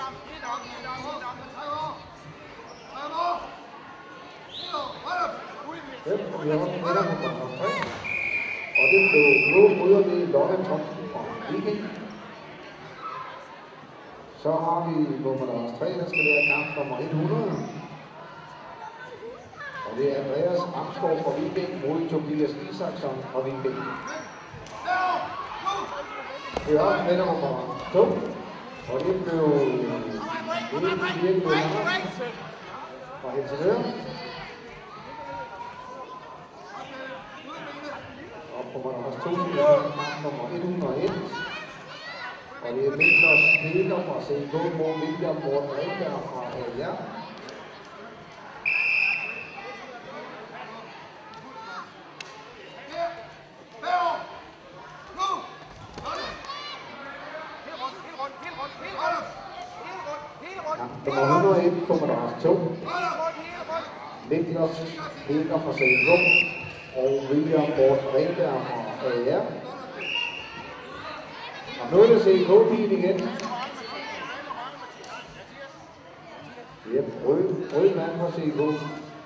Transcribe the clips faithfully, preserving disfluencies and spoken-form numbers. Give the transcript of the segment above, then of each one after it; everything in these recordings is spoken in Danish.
Hvem og vi har også vinder på nummer tre. Og det blev blå bryder ved Lotte Thomsen fra Viking. Så har vi nummer tre, der skal være kamp nummer hundrede. Og det er Andreas Amskov fra Viking mod Tobias Isaksson fra Viking. Det er også vinder nummer to. Og det blev virkelig fra Helsingør. Og på nummer to er kamp nummer et hundrede og en. Og det er Miklos Heger fra C K mod William Morten Rindberg fra A R. Kamp nummer et hundrede og en kommer der også to. Miklos Heger fra C K og William Morten Rindberg fra A R. Og nu er det C K-pigen igen. Det er rød, rød mand fra C K.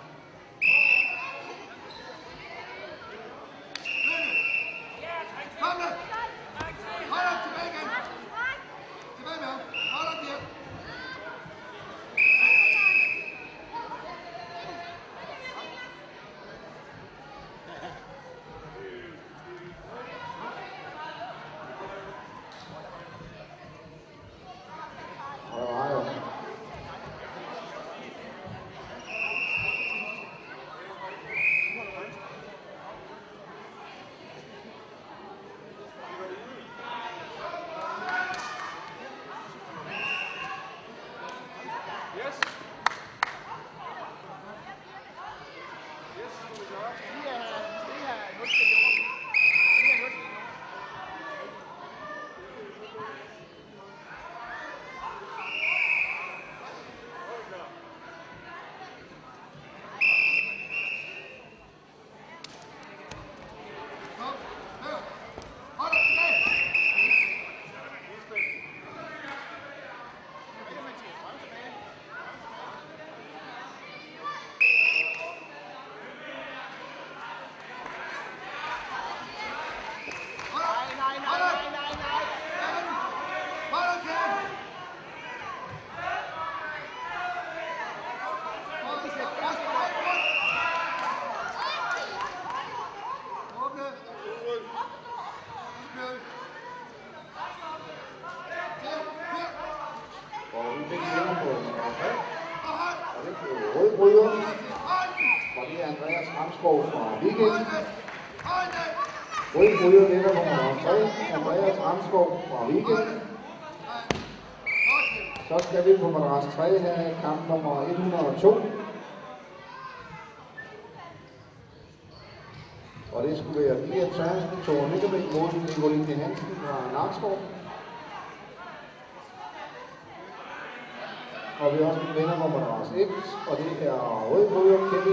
Og det er Andreas Amskov fra Viking. Rød bryder vinder på nummer tre. Andreas Amskov fra Viking. Så skal vi på madras tre have kamp nummer et hundrede og to. Og det skulle være Mia Tørnsen, Thor Nikkebæk mod Nicoline Hansen fra Nakskov. Og vi har også en vinder på madras et, og det er rød bryder Kevin